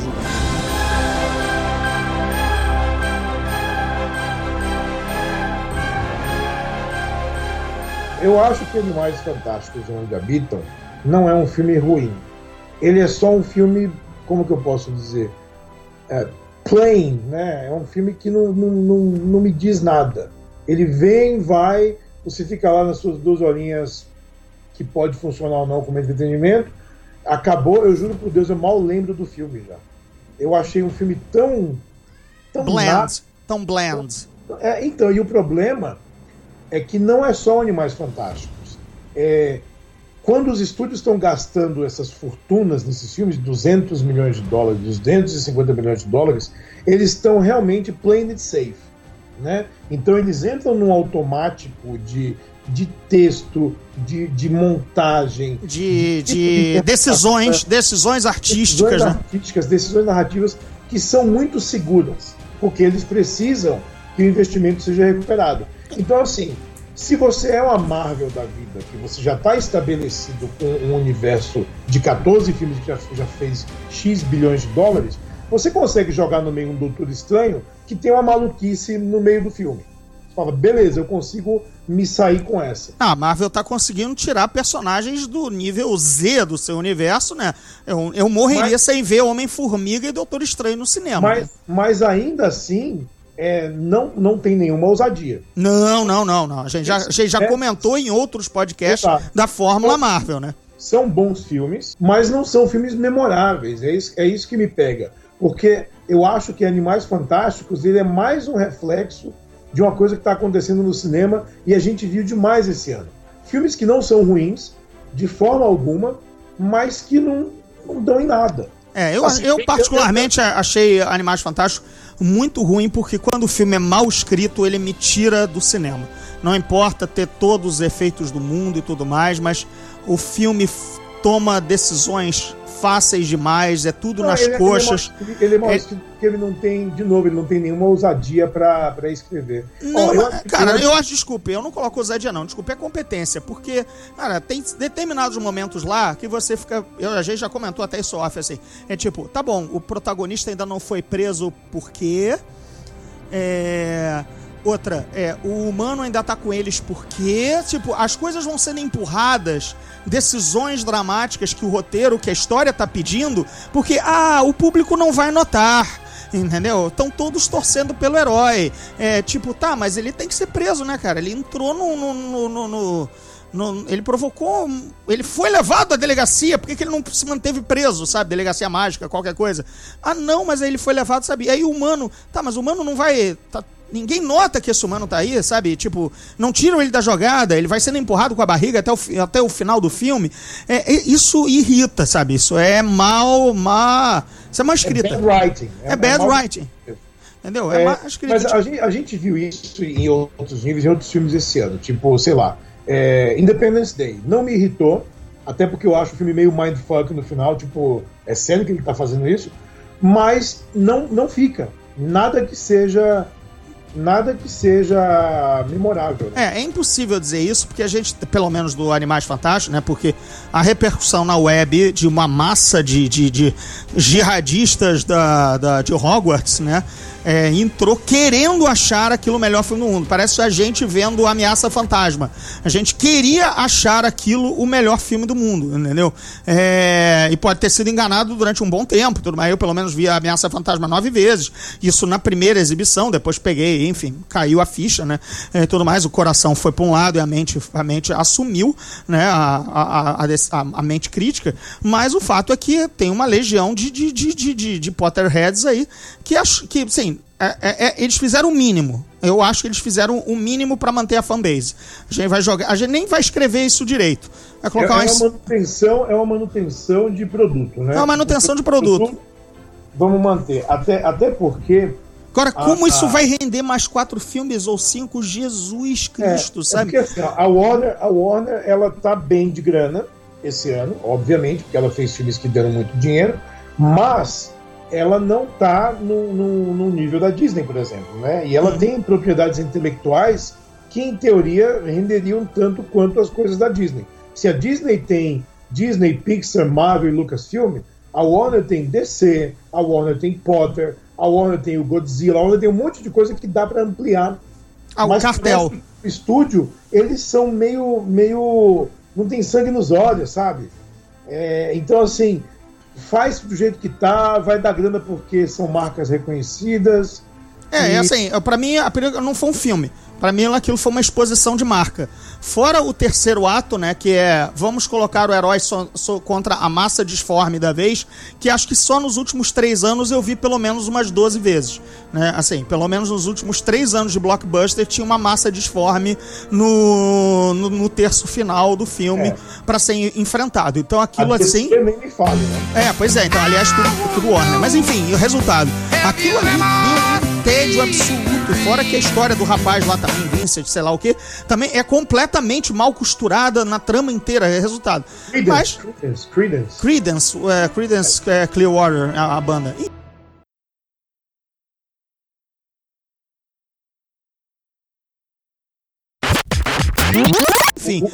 Eu acho que Animais Fantásticos Onde Habitam não é um filme ruim. Ele é só um filme, como que eu posso dizer? Plain, né? É um filme que não me diz nada. Ele vem, vai, você fica lá nas suas 2 horinhas, que pode funcionar ou não como entretenimento. Acabou, eu juro por Deus, eu mal lembro do filme já. Eu achei um filme tão tão bland. Então, e o problema é que não é só Animais Fantásticos. Quando os estúdios estão gastando essas fortunas nesses filmes, $200 milhões, $250 milhões, eles estão realmente playing it safe, né? Então eles entram num automático de texto, de montagem, de decisões artísticas, decisões narrativas que são muito seguras, porque eles precisam que o investimento seja recuperado. Então, assim, se você é uma Marvel da vida, que você já está estabelecido com um universo de 14 filmes que já fez X bilhões de dólares, você consegue jogar no meio um Doutor Estranho que tem uma maluquice no meio do filme. Você fala, beleza, eu consigo me sair com essa. A Marvel tá conseguindo tirar personagens do nível Z do seu universo, né? Eu morreria sem ver Homem-Formiga e Doutor Estranho no cinema. Mas ainda assim... não tem nenhuma ousadia. Não. A gente já comentou em outros podcasts da Fórmula Marvel, né? São bons filmes, mas não são filmes memoráveis. É isso que me pega. Porque eu acho que Animais Fantásticos ele é mais um reflexo de uma coisa que está acontecendo no cinema e a gente viu demais esse ano. Filmes que não são ruins, de forma alguma, mas que não dão em nada. Eu particularmente achei Animais Fantásticos muito ruim, porque quando o filme é mal escrito, ele me tira do cinema. Não importa ter todos os efeitos do mundo e tudo mais, mas o filme toma decisões fáceis demais, é tudo nas coxas. Ele é mal escrito porque ele não tem nenhuma ousadia pra escrever. Eu acho, desculpe, eu não coloco ousadia não, desculpe, é competência, porque, cara, tem determinados momentos lá que você fica, a gente já comentou até isso off, assim, é tipo, tá bom, o protagonista ainda não foi preso porque... Outra, o humano ainda tá com eles porque, tipo, as coisas vão sendo empurradas, decisões dramáticas que o roteiro, que a história tá pedindo, porque, o público não vai notar. entendeu? Estão todos torcendo pelo herói. Tipo, tá, mas ele tem que ser preso, né, cara? Ele entrou ele provocou. Ele foi levado à delegacia. Por que ele não se manteve preso, sabe? Delegacia mágica, qualquer coisa. Ah, não, mas aí ele foi levado, sabe? E aí o humano. Tá, mas o humano não vai. Ninguém nota que esse humano tá aí, sabe? Tipo, não tiram ele da jogada, ele vai sendo empurrado com a barriga até o final do filme. Isso irrita, sabe? Isso é mal escrito. É bad writing. É bad writing. Entendeu? É mal escrito. Mas a gente viu isso em outros níveis, em outros filmes esse ano. Tipo, sei lá, Independence Day. Não me irritou, até porque eu acho o filme meio mindfuck no final. Tipo, é sério que ele tá fazendo isso? Mas não fica. Nada que seja memorável. Né? É impossível dizer isso, porque a gente, pelo menos do Animais Fantásticos, né? Porque a repercussão na web de uma massa de jihadistas de Hogwarts, né? Entrou querendo achar aquilo o melhor filme do mundo. Parece a gente vendo Ameaça Fantasma. A gente queria achar aquilo o melhor filme do mundo, entendeu? E pode ter sido enganado durante um bom tempo, tudo mais. Eu pelo menos vi a Ameaça Fantasma 9 vezes. Isso na primeira exibição, depois peguei, enfim, caiu a ficha, né? Tudo mais, o coração foi para um lado e a mente assumiu, né? A mente crítica. Mas o fato é que tem uma legião de Potterheads aí que sim, eles fizeram o mínimo. Eu acho que eles fizeram o mínimo para manter a fanbase. A gente nem vai escrever isso direito. Vai colocar é uma manutenção de produto, né? É uma manutenção de produto. Vamos manter. Até porque. Agora, como isso vai render mais 4 filmes ou 5? Jesus Cristo, sabe? Porque assim, a Warner, ela tá bem de grana esse ano, obviamente, porque ela fez filmes que deram muito dinheiro, mas ela não tá no nível da Disney, por exemplo, né? E ela tem propriedades intelectuais que, em teoria, renderiam tanto quanto as coisas da Disney. Se a Disney tem Disney, Pixar, Marvel e Lucasfilm, a Warner tem DC, a Warner tem Potter, a Warner tem o Godzilla, a Warner tem um monte de coisa que dá para ampliar. O cartel. O estúdio, eles são meio... não tem sangue nos olhos, sabe? Então, assim, faz do jeito que tá, vai dar grana porque são marcas reconhecidas. Assim, pra mim, não foi um filme. Pra mim, aquilo foi uma exposição de marca. Fora o terceiro ato, né, que vamos colocar o herói contra a massa disforme da vez, que acho que só nos últimos 3 anos eu vi pelo menos umas 12 vezes. Né? Assim, pelo menos nos últimos 3 anos de blockbuster tinha uma massa disforme no terço final do filme pra ser enfrentado. Então aquilo assim... nem me fale, né? Pois é. Então, aliás, tudo Warner. Mas enfim, o resultado. Aquilo ali deu um tédio absoluto. Fora que a história do rapaz lá também, Vincent, sei lá o que, também é completamente mal costurada na trama inteira, resultado. Creedence Clearwater, a banda. Enfim.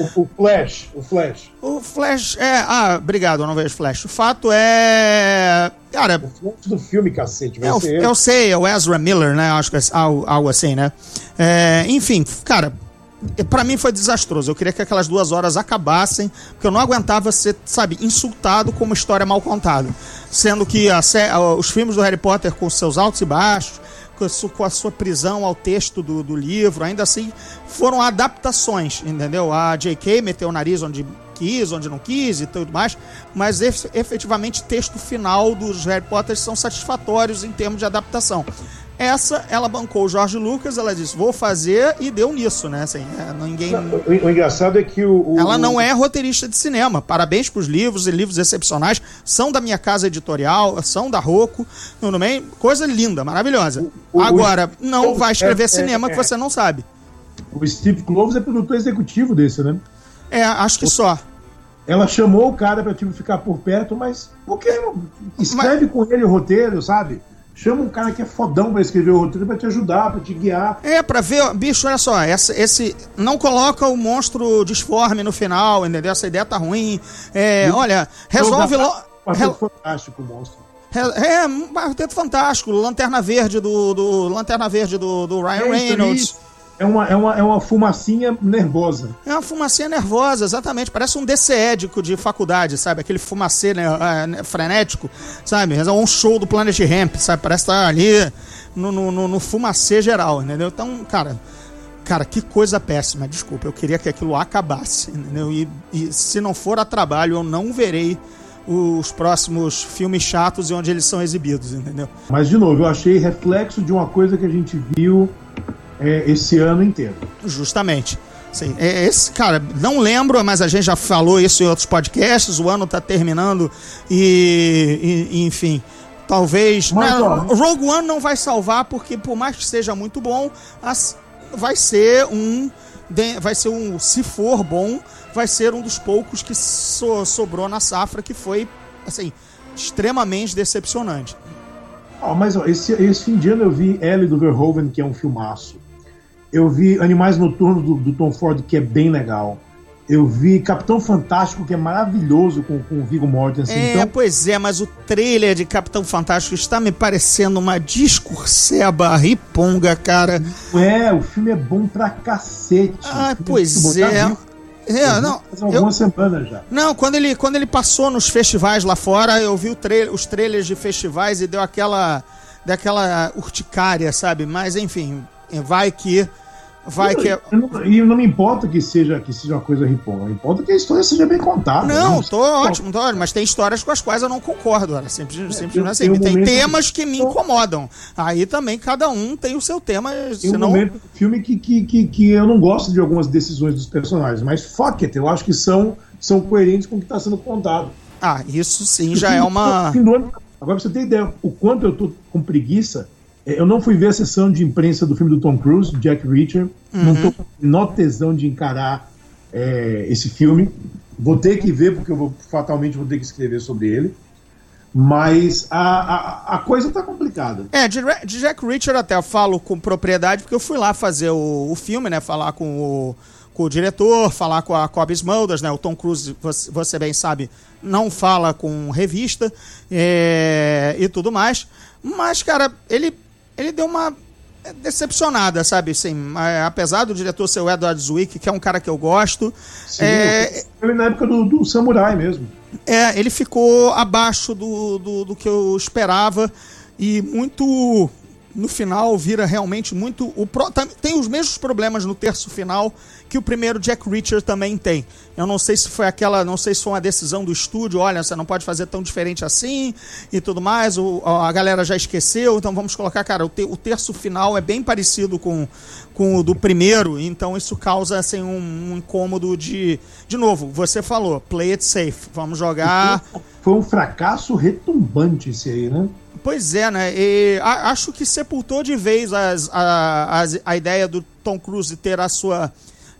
O Flash obrigado, eu não vejo Flash. O fato é... Cara... O Flash do filme, cacete, vai ser... Eu sei, é o Ezra Miller, né? Acho que é algo assim, né? Enfim, cara... Pra mim foi desastroso. Eu queria que aquelas 2 horas acabassem, porque eu não aguentava ser, sabe, insultado com uma história mal contada. Sendo que os filmes do Harry Potter, com seus altos e baixos, com a sua prisão ao texto do livro, ainda assim foram adaptações, entendeu? A J.K. meteu o nariz onde quis, onde não quis e tudo mais, mas efetivamente o texto final dos Harry Potter são satisfatórios em termos de adaptação. Ela bancou o George Lucas, ela disse, vou fazer, e deu nisso, né? Assim, ninguém... O engraçado é que ela não é roteirista de cinema. Parabéns pros livros, e livros excepcionais, são da minha casa editorial, são da Rocco, coisa linda, maravilhosa. Agora, não vai escrever cinema que você não sabe. O Steve Kloves é produtor executivo desse, né? Acho que só. Ela chamou o cara pra ficar por perto, mas por que escreve com ele o roteiro, sabe? Chama um cara que é fodão pra escrever o roteiro, pra te ajudar, pra te guiar. Pra ver, bicho, olha só, esse não coloca o monstro disforme no final, entendeu? Essa ideia tá ruim. Olha, resolve logo. Fantástico o monstro. Quarteto Fantástico, Lanterna Verde do Ryan Reynolds. É uma fumacinha nervosa. É uma fumacinha nervosa, exatamente. Parece um DCédico de faculdade, sabe? Aquele fumacê frenético, sabe? É um show do Planet Hemp, sabe? Parece estar ali no fumacê geral, entendeu? Então, cara, que coisa péssima. Desculpa, eu queria que aquilo acabasse, entendeu? E se não for a trabalho, eu não verei os próximos filmes chatos e onde eles são exibidos, entendeu? Mas, de novo, eu achei reflexo de uma coisa que a gente viu esse ano inteiro. Justamente. Sim, esse, cara, não lembro, mas a gente já falou isso em outros podcasts, o ano tá terminando e enfim, talvez... Rogue One não vai salvar, porque por mais que seja muito bom, vai ser um, se for bom, vai ser um dos poucos que sobrou na safra, que foi, assim, extremamente decepcionante. Mas esse fim de ano eu vi Ellie do Verhoeven, que é um filmaço. Eu vi Animais Noturnos do Tom Ford, que é bem legal. Eu vi Capitão Fantástico, que é maravilhoso, com o Viggo Mortensen. Pois é, mas o trailer de Capitão Fantástico está me parecendo uma discurseba riponga, cara. O filme é bom pra cacete. Pois é. Faz algumas semanas já. Não, quando ele passou nos festivais lá fora, eu vi os trailers de festivais e deu daquela urticária, sabe? Mas enfim, vai que... E não me importa que seja uma coisa riponga, importa que a história seja bem contada. Não, tô ótimo, mas tem histórias com as quais eu não concordo, cara. Sempre não é assim. Tem temas que me incomodam. Aí também cada um tem o seu tema. Tem um momento do filme que eu não gosto de algumas decisões dos personagens, mas fuck it, eu acho que são coerentes com o que está sendo contado. Isso sim já é uma... Agora, pra você ter ideia, o quanto eu tô com preguiça. Eu não fui ver a sessão de imprensa do filme do Tom Cruise, Jack Reacher. Não tô com menor tesão de encarar esse filme. Vou ter que ver, porque fatalmente vou ter que escrever sobre ele. Mas a coisa tá complicada. De Jack Reacher até eu falo com propriedade, porque eu fui lá fazer o filme, né? Falar com o diretor, falar com a Cobie Smulders, né? O Tom Cruise, você bem sabe, não fala com revista e tudo mais. Mas, cara, ele deu uma decepcionada, sabe? Assim, apesar do diretor ser o Edward Zwick, que é um cara que eu gosto. Sim, ele na época do Samurai mesmo. Ele ficou abaixo do que eu esperava e muito... No final vira realmente muito... Tem os mesmos problemas no terço final que o primeiro Jack Reacher também tem. Eu não sei se foi uma decisão do estúdio, olha, você não pode fazer tão diferente assim e tudo mais, a galera já esqueceu, então vamos colocar, cara, o terço final é bem parecido com o do primeiro, então isso causa, assim, um incômodo de novo, você falou, play it safe, vamos jogar... Foi um fracasso retumbante esse aí, né? Pois é, né? E acho que sepultou de vez a ideia do Tom Cruise ter a sua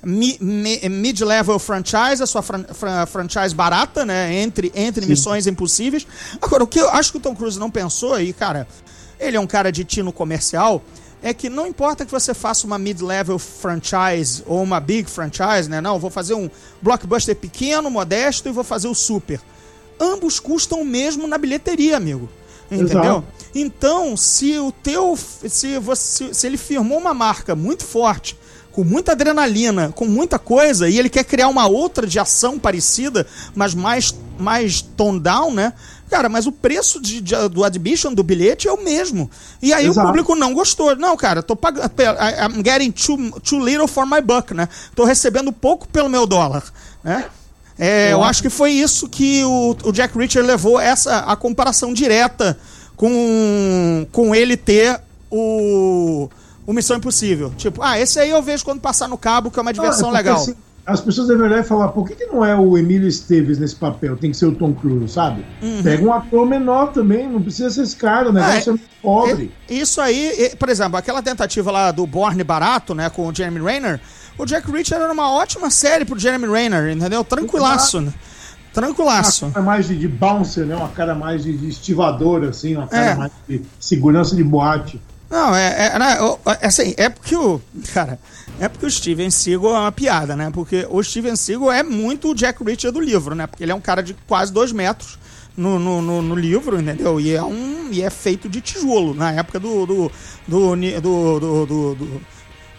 mid-level franchise, a sua franchise barata, né? Entre Missões Impossíveis. Agora, o que eu acho que o Tom Cruise não pensou, e, cara, ele é um cara de tino comercial, é que não importa que você faça uma mid-level franchise ou uma big franchise, né? Não, eu vou fazer um blockbuster pequeno, modesto, e vou fazer o super. Ambos custam o mesmo na bilheteria, amigo. Entendeu? Exato. Então, se ele firmou uma marca muito forte, com muita adrenalina, com muita coisa, e ele quer criar uma outra de ação parecida, mas mais toned down, né? Cara, mas o preço do admission, do bilhete, é o mesmo. E aí Exato. O público não gostou. Não, cara, tô pagando... I'm getting too little for my buck, né? Tô recebendo pouco pelo meu dólar, né? Eu acho que foi isso que o Jack Reacher levou a comparação direta com ele ter o Missão Impossível. Tipo, esse aí eu vejo quando passar no cabo, que é uma diversão legal. Assim, as pessoas devem olhar e falar, por que não é o Emílio Esteves nesse papel? Tem que ser o Tom Cruise, sabe? Uhum. Pega um ator menor também, não precisa ser esse cara, o negócio é muito pobre. Isso aí, por exemplo, aquela tentativa lá do Bourne barato, né, com o Jeremy Renner, o Jack Reacher era uma ótima série pro Jeremy Renner, entendeu? Tranquilaço, né? Tranquilaço. Uma cara mais de bouncer, né? Uma cara mais de estivador, assim, uma cara mais de segurança de boate. Não, assim, porque o Steven Seagal é uma piada, né? Porque o Steven Seagal é muito o Jack Reacher do livro, né? Porque ele é um cara de quase 2 metros no livro, entendeu? E é feito de tijolo, na época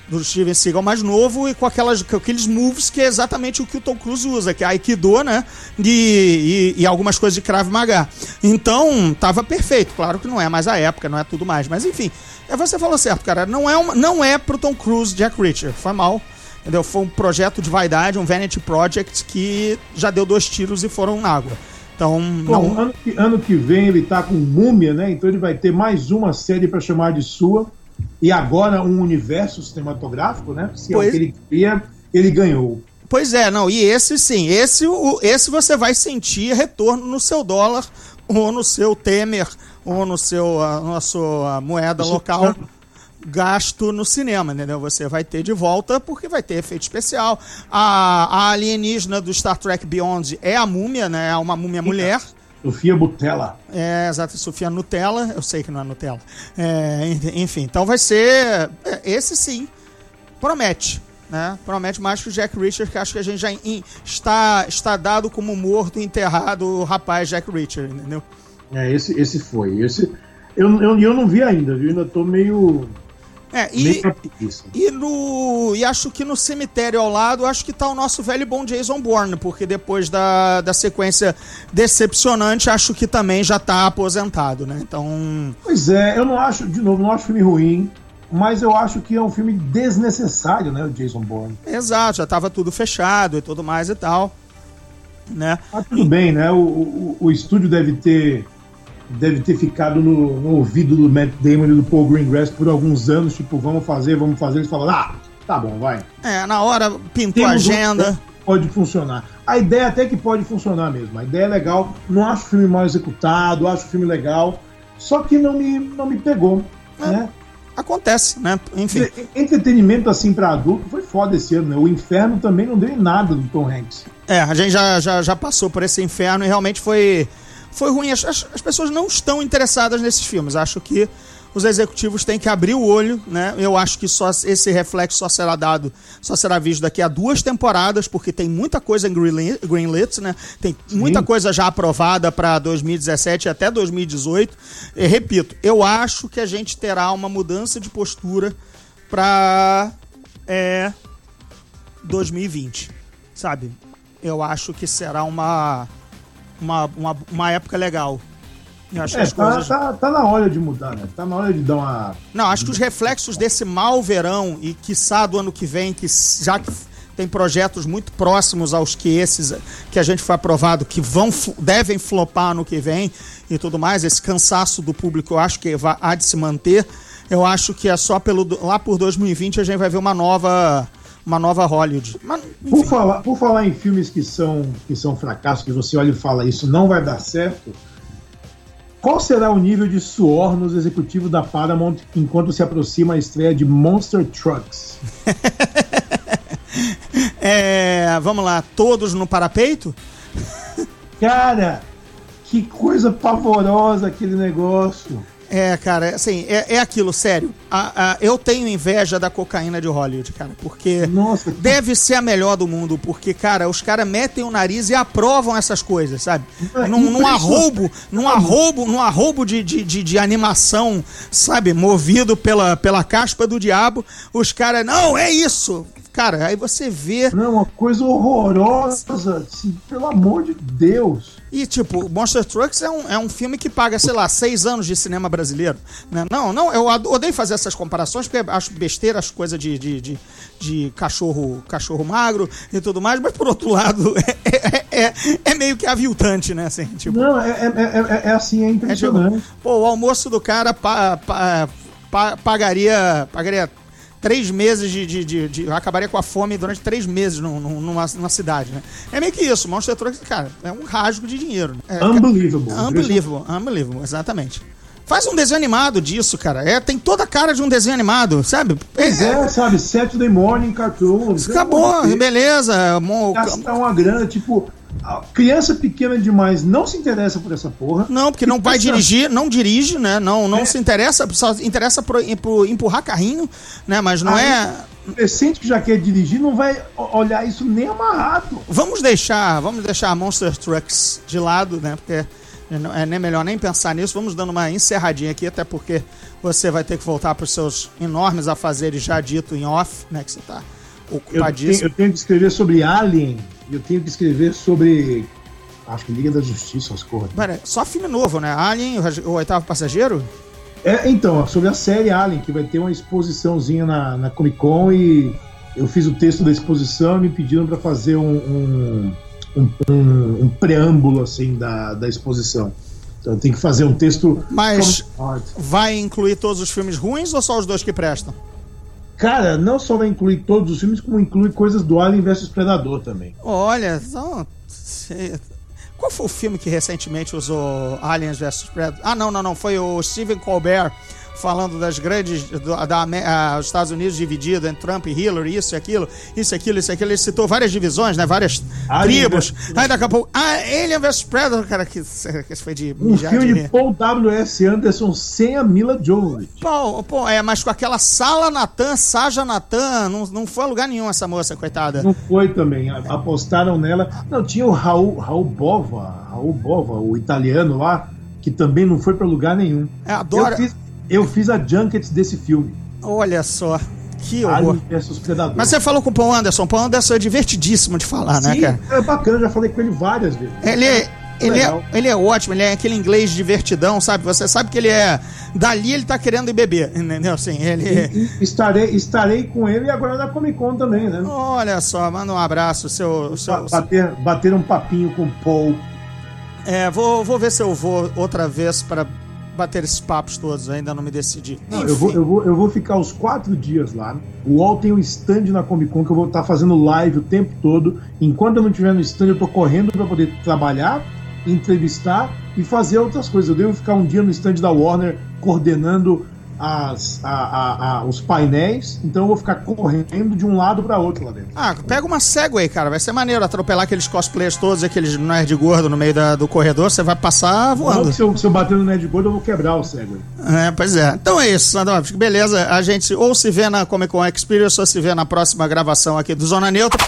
do Steven Seagal mais novo e com aqueles moves que é exatamente o que o Tom Cruise usa, que é Aikido, né? E algumas coisas de Krav Maga. Então, tava perfeito. Claro que não é mais a época, não é tudo mais. Mas, enfim, você falou certo, cara. Não é pro Tom Cruise Jack Reacher. Foi mal. Entendeu? Foi um projeto de vaidade, um vanity project que já deu 2 tiros e foram na água. Então, bom, ano que vem ele tá com Múmia, né? Então ele vai ter mais uma série para chamar de sua. E agora um universo cinematográfico, né? Se é o que ele queria, ele ganhou. Pois é, não, e esse sim, esse você vai sentir retorno no seu dólar, ou no seu Temer, ou na sua moeda local, gasto no cinema, entendeu? Você vai ter de volta porque vai ter efeito especial. A alienígena do Star Trek Beyond é a múmia, né? É uma múmia mulher. Sofia Butella. Exato, Sofia Nutella. Eu sei que não é Nutella. Enfim, então vai ser... Esse sim, promete, né? Promete mais que o Jack Reacher, que acho que a gente já está dado como morto e enterrado o rapaz Jack Reacher, entendeu? Esse foi. Eu não vi ainda, viu? Ainda tô meio... E acho que no cemitério ao lado, acho que tá o nosso velho e bom Jason Bourne, porque depois da sequência decepcionante, acho que também já tá aposentado, né? Então... Pois é, eu não acho filme ruim, mas eu acho que é um filme desnecessário, né, o Jason Bourne. Exato, já tava tudo fechado e tudo mais e tal, né? Tudo bem, né? O estúdio deve ter ficado no ouvido do Matt Damon e do Paul Greengrass por alguns anos, tipo, vamos fazer, eles falaram, tá bom, vai. Na hora pintou a agenda. Pode funcionar. A ideia até que pode funcionar mesmo, a ideia é legal, não acho o filme mal executado, acho o filme legal, só que não me pegou, né? Acontece, né? Enfim. Entretenimento assim pra adulto foi foda esse ano, né? O Inferno também não deu em nada do Tom Hanks. A gente já passou por esse inferno e realmente foi ruim. As pessoas não estão interessadas nesses filmes. Acho que os executivos têm que abrir o olho, né? Eu acho que esse reflexo só será visto daqui a 2 temporadas, porque tem muita coisa em greenlit, né? Tem muita coisa já aprovada para 2017 e até 2018. E, repito, eu acho que a gente terá uma mudança de postura para 2020, sabe? Eu acho que será uma época legal. Eu acho que as coisas... tá na hora de mudar, né? Tá na hora de dar uma... Não, acho que os reflexos desse mau verão e quiçá do ano que vem, já que tem projetos muito próximos aos que esses que a gente foi aprovado, que devem flopar no que vem e tudo mais, esse cansaço do público eu acho que há de se manter. Eu acho que é só lá por 2020 a gente vai ver uma nova Hollywood. Mas, por falar em filmes que são fracassos, que você olha e fala, isso não vai dar certo, qual será o nível de suor nos executivos da Paramount enquanto se aproxima a estreia de Monster Trucks? Vamos lá, todos no parapeito? Cara, que coisa pavorosa aquele negócio. Cara, assim, é aquilo, sério. Eu tenho inveja da cocaína de Hollywood, cara, porque deve ser a melhor do mundo, porque, cara, os caras metem o nariz e aprovam essas coisas, sabe? Num arrobo de animação, sabe? Movido pela caspa do diabo, os caras, não, é isso! Cara, aí você vê... Não, uma coisa horrorosa, assim, pelo amor de Deus. E, tipo, Monster Trucks é um filme que paga, sei lá, 6 anos de cinema brasileiro. Né? Não, eu odeio fazer essas comparações, porque acho besteira as coisas de cachorro magro e tudo mais, mas, por outro lado, é meio que aviltante, né? Assim, tipo, não, é assim, é impressionante. Tipo, o almoço do cara pagaria 3 meses acabaria com a fome durante 3 meses numa cidade, né? É meio que isso, Monster Trucks, cara, é um rasgo de dinheiro. Unbelievable, exatamente. Faz um desenho animado disso, cara. Tem toda a cara de um desenho animado, sabe? Sabe? Saturday Morning Cartoon. Acabou, beleza. Gastar uma grana, tipo... A criança pequena demais não se interessa por essa porra. Não, porque não vai dirigir, não dirige, né? Não se interessa, só interessa por empurrar carrinho, né? Mas não é... O adolescente que já quer dirigir não vai olhar isso nem amarrado. Vamos deixar Monster Trucks de lado, né? Porque É nem melhor nem pensar nisso. Vamos dando uma encerradinha aqui, até porque você vai ter que voltar para os seus enormes afazeres já dito em off, né? Que você tá ocupadíssimo. Eu tenho que escrever sobre Alien, eu tenho que escrever sobre... Acho que Liga da Justiça, as coisas. Pera, só filme novo, né? Alien, o Oitavo Passageiro? Então, sobre a série Alien, que vai ter uma exposiçãozinha na Comic Con, e eu fiz o texto da exposição e me pediram para fazer um preâmbulo, assim, da exposição. Então eu tenho que fazer um texto... Mas vai incluir todos os filmes ruins ou só os 2 que prestam? Cara, não só vai incluir todos os filmes, como inclui coisas do Alien vs Predador também. Olha, então... Qual foi o filme que recentemente usou Aliens vs Predator? Ah, não. Foi o Stephen Colbert falando das grandes... os Estados Unidos dividido entre Trump e Hillary, isso e aquilo. Ele citou várias divisões, né? Várias tribos. Aí daqui a pouco... Alien vs Predator, cara, que foi de... Um filme de Paul W.S. Anderson sem a Mila Jovovich. Mas com aquela Saja Natan, não foi a lugar nenhum essa moça, coitada. Não foi também. Apostaram nela. Não, tinha o Raul Bova, o italiano lá, que também não foi pra lugar nenhum. Adoro... Eu fiz a junket desse filme. Olha só, que horror. Alien vs Predador. Mas você falou com o Paul Anderson. Paul Anderson é divertidíssimo de falar, sim, né, cara? É bacana, já falei com ele várias vezes. Ele é ótimo, ele é aquele inglês divertidão, sabe? Você sabe que ele é... Dali ele tá querendo ir beber, entendeu? Assim, ele... Estarei com ele agora na Comic Con também, né? Olha só, manda um abraço. Bater um papinho com o Paul. Vou ver se eu vou outra vez para bater esses papos todos, ainda não me decidi. Não, eu vou ficar os 4 dias lá. O UOL tem um stand na Comic Con que eu vou estar fazendo live o tempo todo. Enquanto eu não estiver no stand, eu tô correndo para poder trabalhar, entrevistar e fazer outras coisas. Eu devo ficar um dia no stand da Warner coordenando os painéis, então eu vou ficar correndo de um lado para outro lá dentro. Pega uma Segway, cara, vai ser maneiro atropelar aqueles cosplayers todos, aqueles nerd gordo no meio do corredor, você vai passar voando. Se eu bater no nerd gordo, eu vou quebrar o Segway. Pois é. Então é isso, Sandro, beleza, a gente ou se vê na Comic Con Experience ou se vê na próxima gravação aqui do Zona Neutra.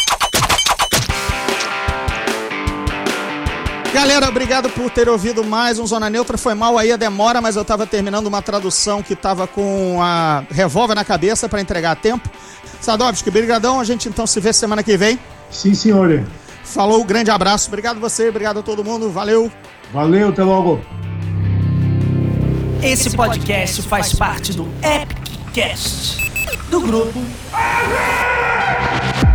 Galera, obrigado por ter ouvido mais um Zona Neutra. Foi mal aí a demora, mas eu tava terminando uma tradução que tava com a revólver na cabeça para entregar a tempo. Sadovski, brigadão. A gente então se vê semana que vem. Sim, senhor. Falou, grande abraço. Obrigado você, obrigado a todo mundo. Valeu. Valeu, até logo. Esse podcast faz parte do Epic Cast, do grupo...